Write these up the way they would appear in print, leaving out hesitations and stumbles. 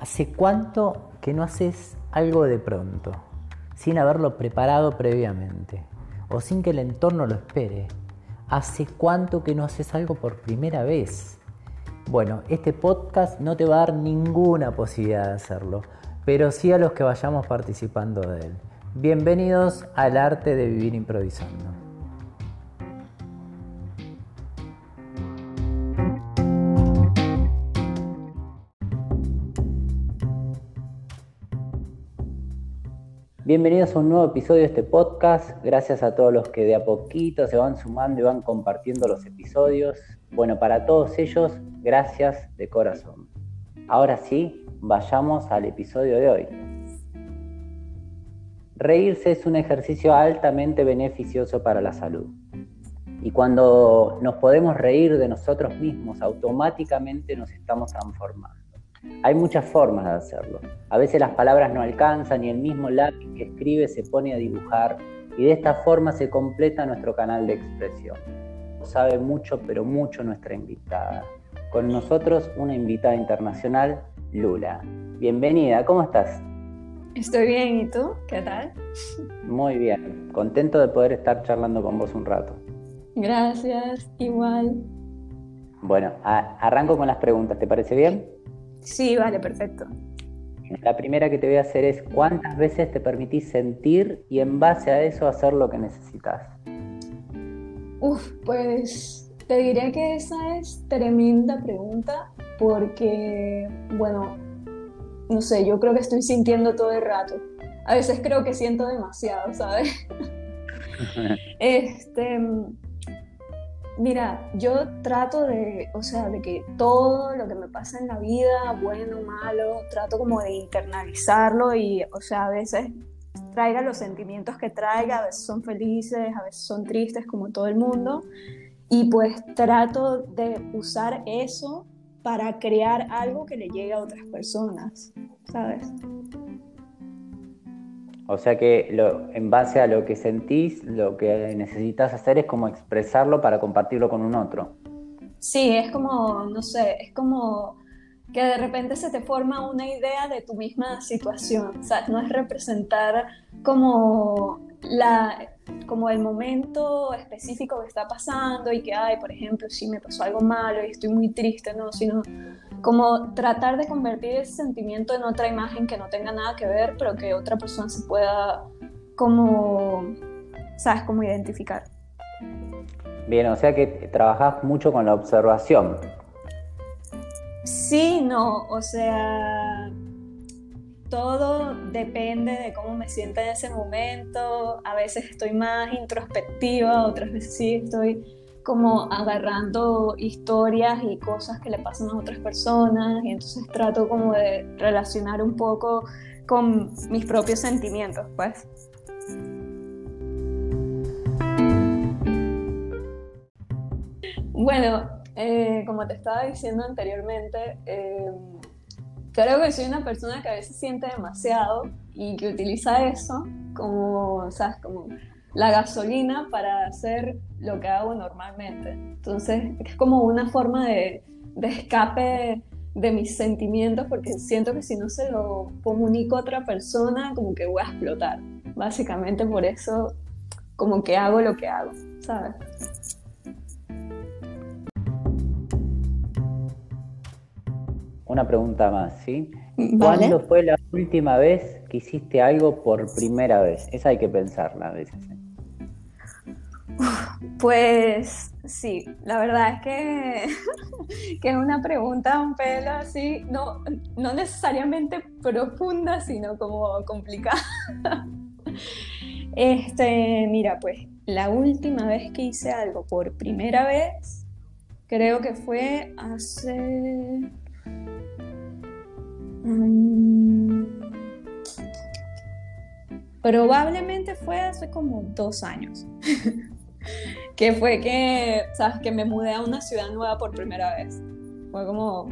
¿Hace cuánto que no haces algo de pronto, sin haberlo preparado previamente, o sin que el entorno lo espere? ¿Hace cuánto que no haces algo por primera vez? Bueno, este podcast no te va a dar ninguna posibilidad de hacerlo, pero sí a los que vayamos participando de él. Bienvenidos al arte de vivir improvisando. Bienvenidos a un nuevo episodio de este podcast. Gracias a todos los que de a poquito se van sumando y van compartiendo los episodios. Bueno, para todos ellos, gracias de corazón. Ahora sí, vayamos al episodio de hoy. Reírse es un ejercicio altamente beneficioso para la salud. Y cuando nos podemos reír de nosotros mismos, automáticamente nos estamos transformando. Hay muchas formas de hacerlo. A veces las palabras no alcanzan y el mismo lápiz que escribe se pone a dibujar y de esta forma se completa nuestro canal de expresión. Sabe mucho, pero mucho nuestra invitada. Con nosotros una invitada internacional, Lula. Bienvenida, ¿cómo estás? Estoy bien, ¿y tú? ¿Qué tal? Muy bien, contento de poder estar charlando con vos un rato. Gracias, igual. Bueno, arranco con las preguntas, ¿te parece bien? Sí, vale, perfecto. La primera que te voy a hacer es ¿cuántas veces te permitís sentir y en base a eso hacer lo que necesitas? Pues te diré que esa es tremenda pregunta porque, bueno, no sé, yo creo que estoy sintiendo todo el rato. A veces creo que siento demasiado, ¿sabes? Mira, yo trato de que todo lo que me pasa en la vida, bueno, malo, trato como de internalizarlo y, a veces traiga los sentimientos que traiga, a veces son felices, a veces son tristes, como todo el mundo, y pues trato de usar eso para crear algo que le llegue a otras personas, ¿sabes? O sea que en base a lo que sentís, lo que necesitas hacer es como expresarlo para compartirlo con un otro. Sí, es como, no sé, es como que de repente se te forma una idea de tu misma situación, o sea, no es representar como como el momento específico que está pasando y que, ay, por ejemplo, si me pasó algo malo y estoy muy triste, no, sino como tratar de convertir ese sentimiento en otra imagen que no tenga nada que ver, pero que otra persona se pueda como, ¿sabes?, como identificar. Bien, o sea que trabajás mucho con la observación. Sí, no, o sea, todo depende de cómo me sienta en ese momento. A veces estoy más introspectiva, otras veces sí estoy como agarrando historias y cosas que le pasan a otras personas y entonces trato como de relacionar un poco con mis propios sentimientos, pues. Bueno, como te estaba diciendo anteriormente, creo que soy una persona que a veces siente demasiado y que utiliza eso como, ¿sabes?, como la gasolina para hacer lo que hago normalmente. Entonces, es como una forma de escape de mis sentimientos porque siento que si no se lo comunico a otra persona, como que voy a explotar. Básicamente por eso, como que hago lo que hago, ¿sabes? Una pregunta más, ¿sí? Vale. ¿Cuándo fue la última vez que hiciste algo por primera vez? Esa hay que pensarla a veces. Pues sí, la verdad es que, que es una pregunta un pelo así, no necesariamente profunda, sino como complicada. Mira, pues la última vez que hice algo por primera vez, creo que fue hace... probablemente fue hace como 2 años. Que fue que, ¿sabes?, que me mudé a una ciudad nueva por primera vez. Fue como...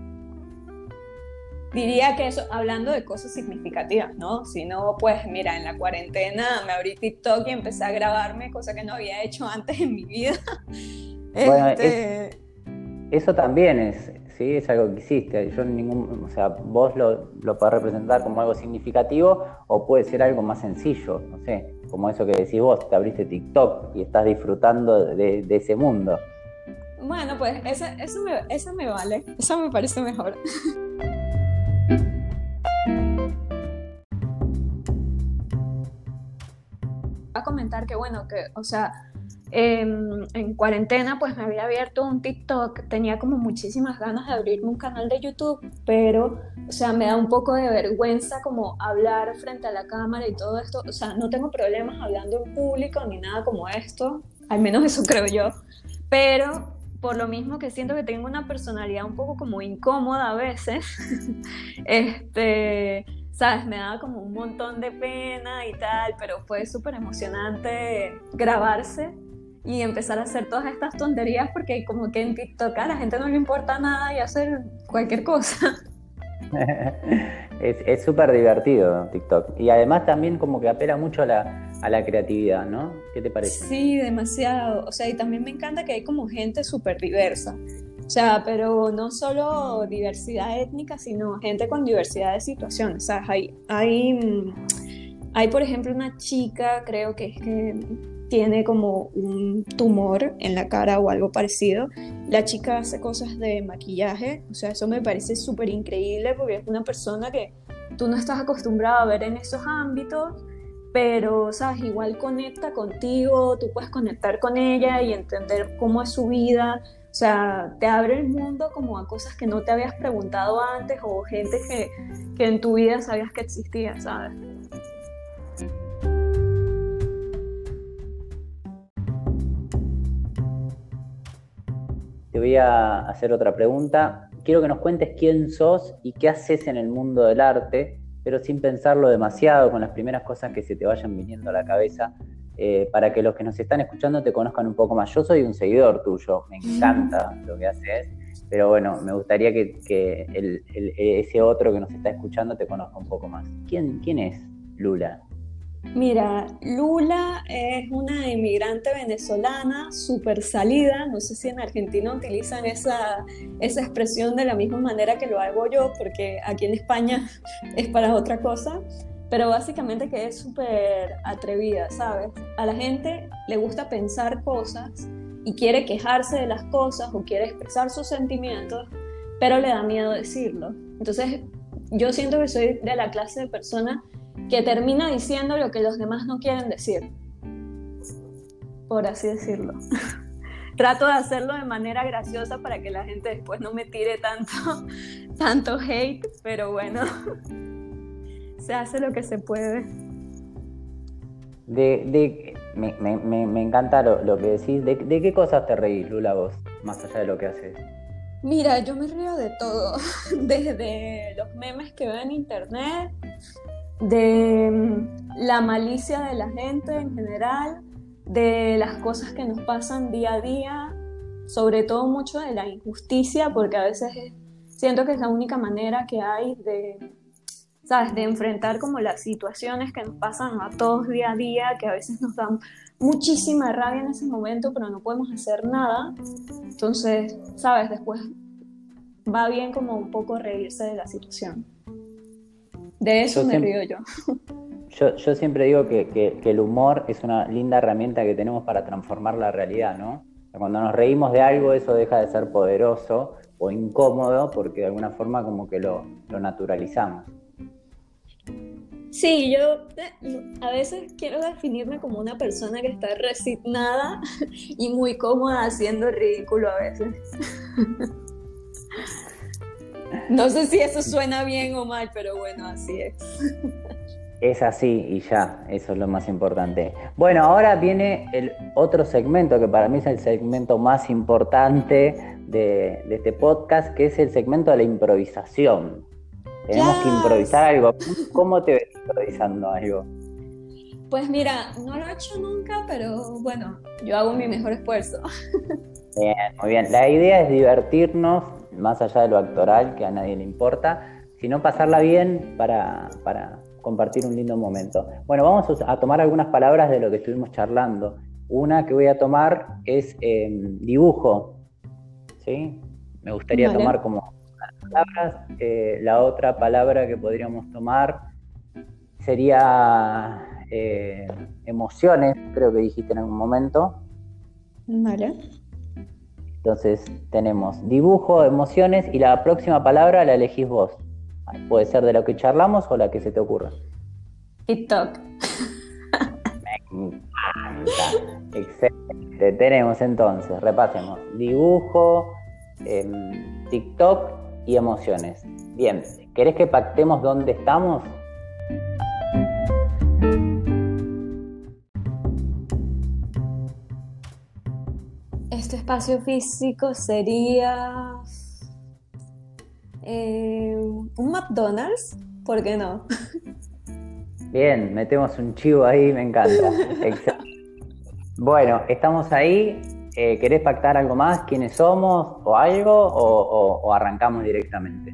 Diría que eso, hablando de cosas significativas, ¿no? Si no, pues mira, en la cuarentena me abrí TikTok y empecé a grabarme, cosa que no había hecho antes en mi vida. Bueno, eso también es ¿sí? Es algo que hiciste. O sea, vos lo podés representar como algo significativo o puede ser algo más sencillo, no sé, como eso que decís vos, te abriste TikTok y estás disfrutando de ese mundo. Bueno, pues esa me vale, esa me parece mejor. A comentar que bueno, que, o sea, en cuarentena pues me había abierto un TikTok, tenía como muchísimas ganas de abrirme un canal de YouTube, pero, o sea, me da un poco de vergüenza como hablar frente a la cámara y todo esto, o sea, no tengo problemas hablando en público ni nada como esto, al menos eso creo yo, pero por lo mismo que siento que tengo una personalidad un poco como incómoda a veces, ¿sabes? Me daba como un montón de pena y tal, pero fue súper emocionante grabarse y empezar a hacer todas estas tonterías porque como que en TikTok a la gente no le importa nada y hacer cualquier cosa. Es súper divertido TikTok. Y además también como que apela mucho a la creatividad, ¿no? ¿Qué te parece? Sí, demasiado. O sea, y también me encanta que hay como gente súper diversa. O sea, pero no solo diversidad étnica, sino gente con diversidad de situaciones. O sea, hay, por ejemplo, una chica, creo que es que tiene como un tumor en la cara o algo parecido. La chica hace cosas de maquillaje, o sea, eso me parece súper increíble porque es una persona que tú no estás acostumbrado a ver en esos ámbitos, pero, sabes, igual conecta contigo, tú puedes conectar con ella y entender cómo es su vida. O sea, te abre el mundo como a cosas que no te habías preguntado antes o gente que en tu vida sabías que existía, ¿sabes? Te voy a hacer otra pregunta. Quiero que nos cuentes quién sos y qué haces en el mundo del arte, pero sin pensarlo demasiado, con las primeras cosas que se te vayan viniendo a la cabeza, para que los que nos están escuchando te conozcan un poco más. Yo soy un seguidor tuyo, me encanta lo que haces, pero bueno, me gustaría que ese otro que nos está escuchando te conozca un poco más. ¿Quién es Lula? Mira, Lula es una inmigrante venezolana súper salida. No sé si en Argentina utilizan esa expresión de la misma manera que lo hago yo, porque aquí en España es para otra cosa. Pero básicamente que es súper atrevida, ¿sabes? A la gente le gusta pensar cosas y quiere quejarse de las cosas o quiere expresar sus sentimientos, pero le da miedo decirlo. Entonces, yo siento que soy de la clase de persona que termina diciendo lo que los demás no quieren decir, por así decirlo. Trato de hacerlo de manera graciosa para que la gente después no me tire tanto hate, pero bueno, se hace lo que se puede. Me encanta lo que decís. ¿De qué cosas te reís, Lula, vos, más allá de lo que haces? Mira, yo me río de todo, desde los memes que veo en internet, de la malicia de la gente en general, de las cosas que nos pasan día a día, sobre todo mucho de la injusticia, porque a veces siento que es la única manera que hay de, ¿sabes?, de enfrentar como las situaciones que nos pasan a todos día a día, que a veces nos dan muchísima rabia en ese momento, pero no podemos hacer nada. Entonces, ¿sabes?, después va bien como un poco reírse de la situación. De eso me río yo. Yo siempre digo que el humor es una linda herramienta que tenemos para transformar la realidad, ¿no? Cuando nos reímos de algo, eso deja de ser poderoso o incómodo porque de alguna forma como que lo naturalizamos. Sí, yo a veces quiero definirme como una persona que está resignada y muy cómoda haciendo el ridículo a veces. No sé si eso suena bien o mal, pero bueno, así es. Es así y ya, eso es lo más importante. Bueno, ahora viene el otro segmento que para mí es el segmento más importante de este podcast, que es el segmento de la improvisación. Tenemos que improvisar algo. ¿Cómo te ves improvisando algo? Pues mira, no lo he hecho nunca, pero bueno, yo hago mi mejor esfuerzo. Bien, muy bien. La idea es divertirnos, más allá de lo actoral, que a nadie le importa, sino pasarla bien para compartir un lindo momento. Bueno, vamos a tomar algunas palabras de lo que estuvimos charlando. Una que voy a tomar es dibujo, ¿sí? Me gustaría Vale. tomar como palabras. La otra palabra que podríamos tomar sería emociones, creo que dijiste en algún momento. Vale. Entonces tenemos dibujo, emociones y la próxima palabra la elegís vos. Puede ser de lo que charlamos o la que se te ocurra. TikTok. Me encanta. Excelente. Tenemos entonces, repasemos, dibujo, TikTok y emociones. Bien, ¿querés que pactemos dónde estamos? Este espacio físico sería un McDonald's, ¿por qué no? Bien, metemos un chivo ahí, me encanta. Excelente. Bueno, estamos ahí. ¿Querés pactar algo más? ¿Quiénes somos o algo? ¿O arrancamos directamente?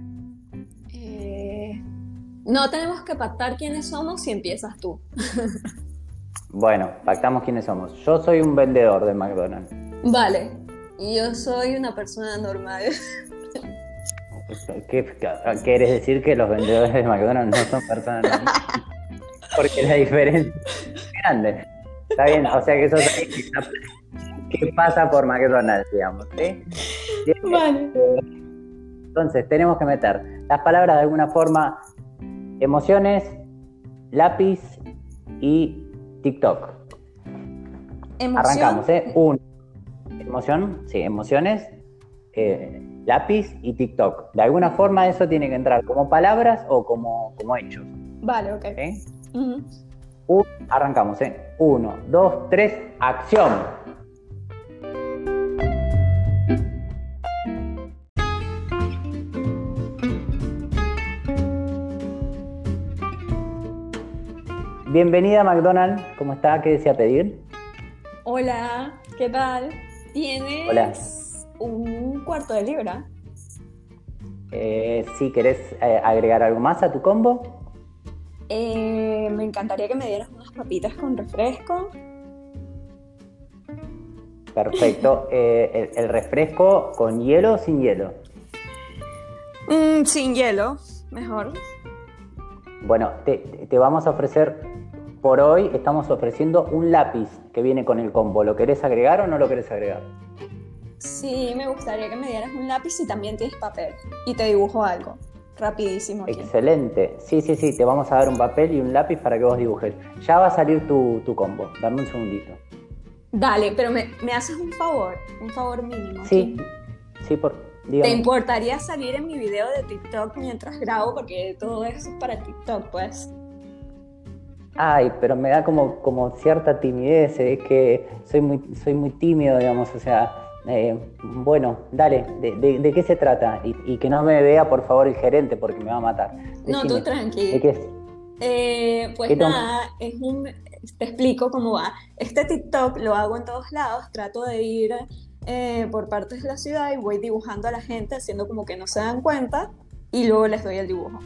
No tenemos que pactar quiénes somos si empiezas tú. Bueno, pactamos quiénes somos. Yo soy un vendedor de McDonald's. Vale, yo soy una persona normal. ¿Quieres decir que los vendedores de McDonald's no son personas normales? Porque la diferencia es grande. Está bien, o sea que sos que pasa por McDonald's, digamos, ¿sí? Bien. Vale. Entonces, tenemos que meter las palabras de alguna forma, emociones, lápiz y TikTok. Emoción. Arrancamos, ¿eh? Emoción, sí, emociones, lápiz y TikTok. De alguna forma eso tiene que entrar como palabras o como hechos. Vale, ok. ¿Sí? Uh-huh. Arrancamos, ¿eh? 1, 2, 3, acción. Bienvenida a McDonald's, ¿cómo está? ¿Qué desea pedir? Hola, ¿qué tal? ¿Tienes Hola. un cuarto de libra? Si querés agregar algo más a tu combo. Me encantaría que me dieras unas papitas con refresco. Perfecto. El refresco con hielo o sin hielo. Sin hielo, mejor. Bueno, te vamos a ofrecer, por hoy estamos ofreciendo un lápiz que viene con el combo. ¿Lo querés agregar o no lo querés agregar? Sí, me gustaría que me dieras un lápiz y también tienes papel. Y te dibujo algo, rapidísimo aquí. Excelente. Sí, te vamos a dar un papel y un lápiz para que vos dibujes. Ya va a salir tu combo. Dame un segundito. Dale, pero me haces un favor mínimo. Sí, dígame. ¿Te importaría salir en mi video de TikTok mientras grabo? Porque todo eso es para TikTok, pues. Ay, pero me da como cierta timidez, es que soy muy tímido, digamos, o sea, bueno, dale, ¿de qué se trata? Y que no me vea, por favor, el gerente, porque me va a matar. Decime, No, tú tranqui. ¿de qué es? Pues nada, te explico cómo va. Este TikTok lo hago en todos lados, trato de ir por partes de la ciudad y voy dibujando a la gente, haciendo como que no se dan cuenta, y luego les doy el dibujo.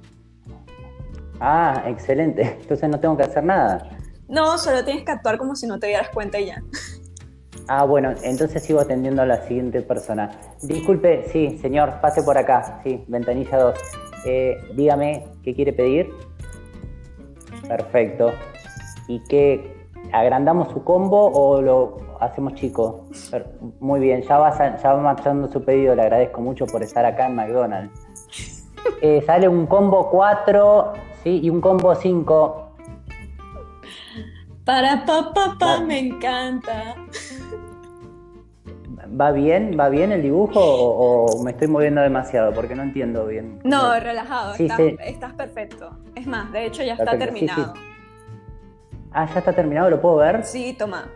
Ah, excelente, entonces no tengo que hacer nada. No, solo tienes que actuar como si no te dieras cuenta y ya. Ah, bueno, entonces sigo atendiendo a la siguiente persona. Disculpe, sí, señor, pase por acá, sí, ventanilla 2. Dígame, ¿qué quiere pedir? Perfecto. ¿Y qué? ¿Agrandamos su combo o lo hacemos chico? Muy bien, ya va marchando su pedido, le agradezco mucho por estar acá en McDonald's. Sale un combo 4, sí, y un combo 5. Para me encanta. ¿Va bien el dibujo o me estoy moviendo demasiado? Porque no entiendo bien. No, relajado, sí, estás perfecto. Es más, de hecho ya perfecto, está terminado. Sí. Ah, ¿ya está terminado? ¿Lo puedo ver? Sí, toma.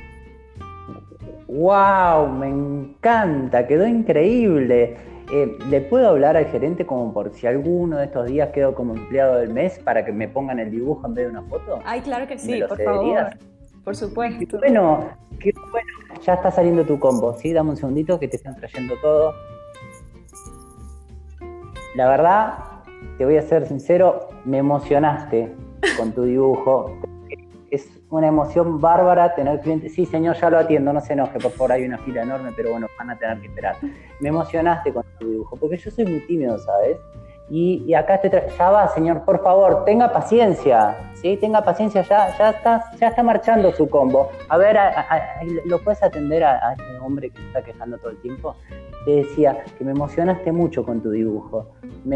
¡Wow! Me encanta, quedó increíble. ¿Le puedo hablar al gerente como por si alguno de estos días quedo como empleado del mes para que me pongan el dibujo en vez de una foto? Ay, claro que sí, por cederías? favor. Por supuesto. Qué bueno. Ya está saliendo tu combo, ¿sí? Dame un segundito que te están trayendo todo. La verdad, te voy a ser sincero, me emocionaste con tu dibujo. es una emoción bárbara tener clientes. Sí, señor, ya lo atiendo, no se enoje, por favor, hay una fila enorme, pero bueno, van a tener que esperar. Me emocionaste con tu dibujo, porque yo soy muy tímido, ¿sabes? Y acá ya va, señor, por favor, tenga paciencia, ¿sí? Tenga paciencia, ya está marchando su combo. A ver, ¿lo puedes atender a este hombre que se está quejando todo el tiempo? Te decía que me emocionaste mucho con tu dibujo.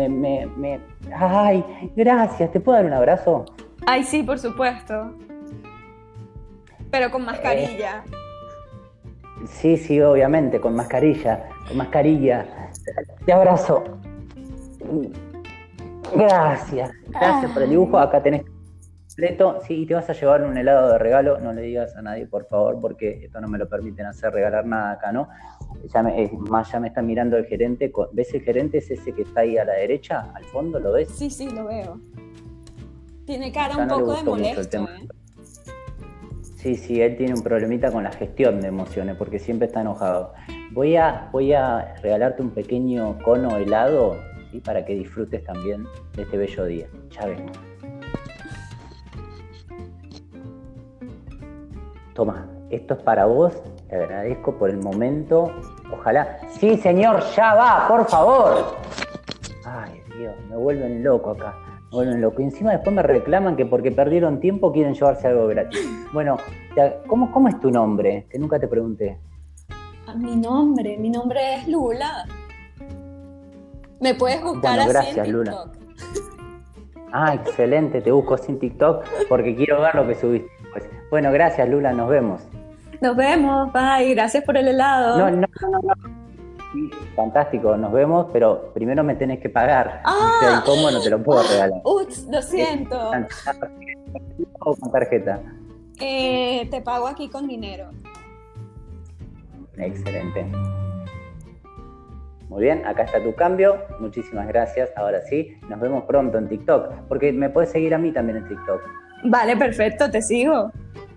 Ay, gracias, ¿te puedo dar un abrazo? Ay, sí, por supuesto. Pero con mascarilla. Sí, obviamente, con mascarilla. Te abrazo. Gracias por el dibujo. Acá tenés completo. Sí, y te vas a llevar un helado de regalo. No le digas a nadie, por favor, porque esto no me lo permiten hacer, regalar nada acá, ¿no? Ya me está mirando el gerente. ¿Ves el gerente? ¿Es ese que está ahí a la derecha, al fondo? ¿Lo ves? Sí, lo veo. Tiene cara un poco de molesto, Sí, él tiene un problemita con la gestión de emociones, porque siempre está enojado. Voy a regalarte un pequeño cono helado, ¿sí? Para que disfrutes también de este bello día. Ya vengo. Toma, esto es para vos. Te agradezco por el momento. Ojalá. Sí, señor, ya va, por favor. Ay, Dios, me vuelven loco acá. Y encima después me reclaman que porque perdieron tiempo quieren llevarse algo gratis. Bueno, ¿cómo es tu nombre? Que nunca te pregunté. Mi nombre es Lula. Me puedes buscar así gracias, en TikTok. Lula. Excelente, te busco sin TikTok porque quiero ver lo que subiste. Pues, bueno, gracias, Lula, nos vemos. Nos vemos, bye, gracias por el helado. No. Sí, fantástico, nos vemos, pero primero me tenés que pagar. ¿Cómo no te lo puedo regalar? Ups, lo siento. ¿O con tarjeta? Te pago aquí con dinero. Excelente. Muy bien, acá está tu cambio. Muchísimas gracias. Ahora sí, nos vemos pronto en TikTok, porque me puedes seguir a mí también en TikTok. Vale, perfecto, te sigo.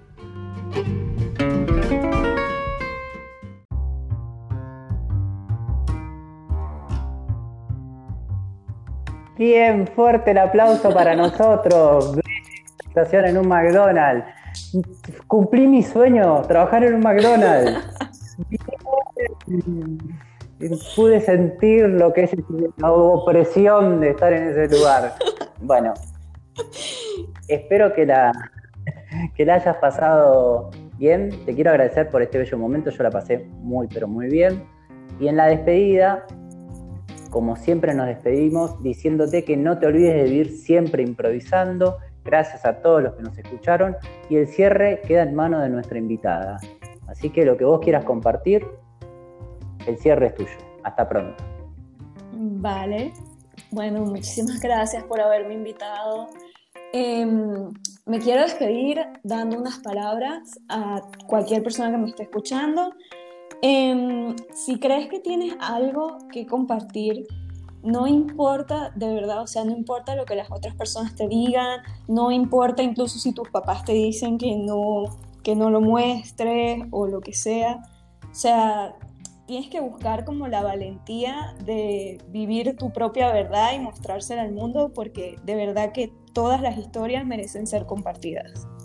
Bien, fuerte el aplauso para nosotros. Estación en un McDonald's. Cumplí mi sueño, trabajar en un McDonald's. Pude sentir lo que es la opresión de estar en ese lugar. Bueno, espero que la hayas pasado bien. Te quiero agradecer por este bello momento. Yo la pasé muy, pero muy bien. Y en la despedida, como siempre nos despedimos diciéndote que no te olvides de vivir siempre improvisando. Gracias a todos los que nos escucharon. Y el cierre queda en manos de nuestra invitada. Así que lo que vos quieras compartir, el cierre es tuyo. Hasta pronto. Vale. Bueno, muchísimas gracias por haberme invitado. Me quiero despedir dando unas palabras a cualquier persona que me esté escuchando. Si crees que tienes algo que compartir, no importa, de verdad, o sea, no importa lo que las otras personas te digan, no importa incluso si tus papás te dicen que no lo muestres o lo que sea, o sea, tienes que buscar como la valentía de vivir tu propia verdad y mostrársela al mundo, porque de verdad que todas las historias merecen ser compartidas.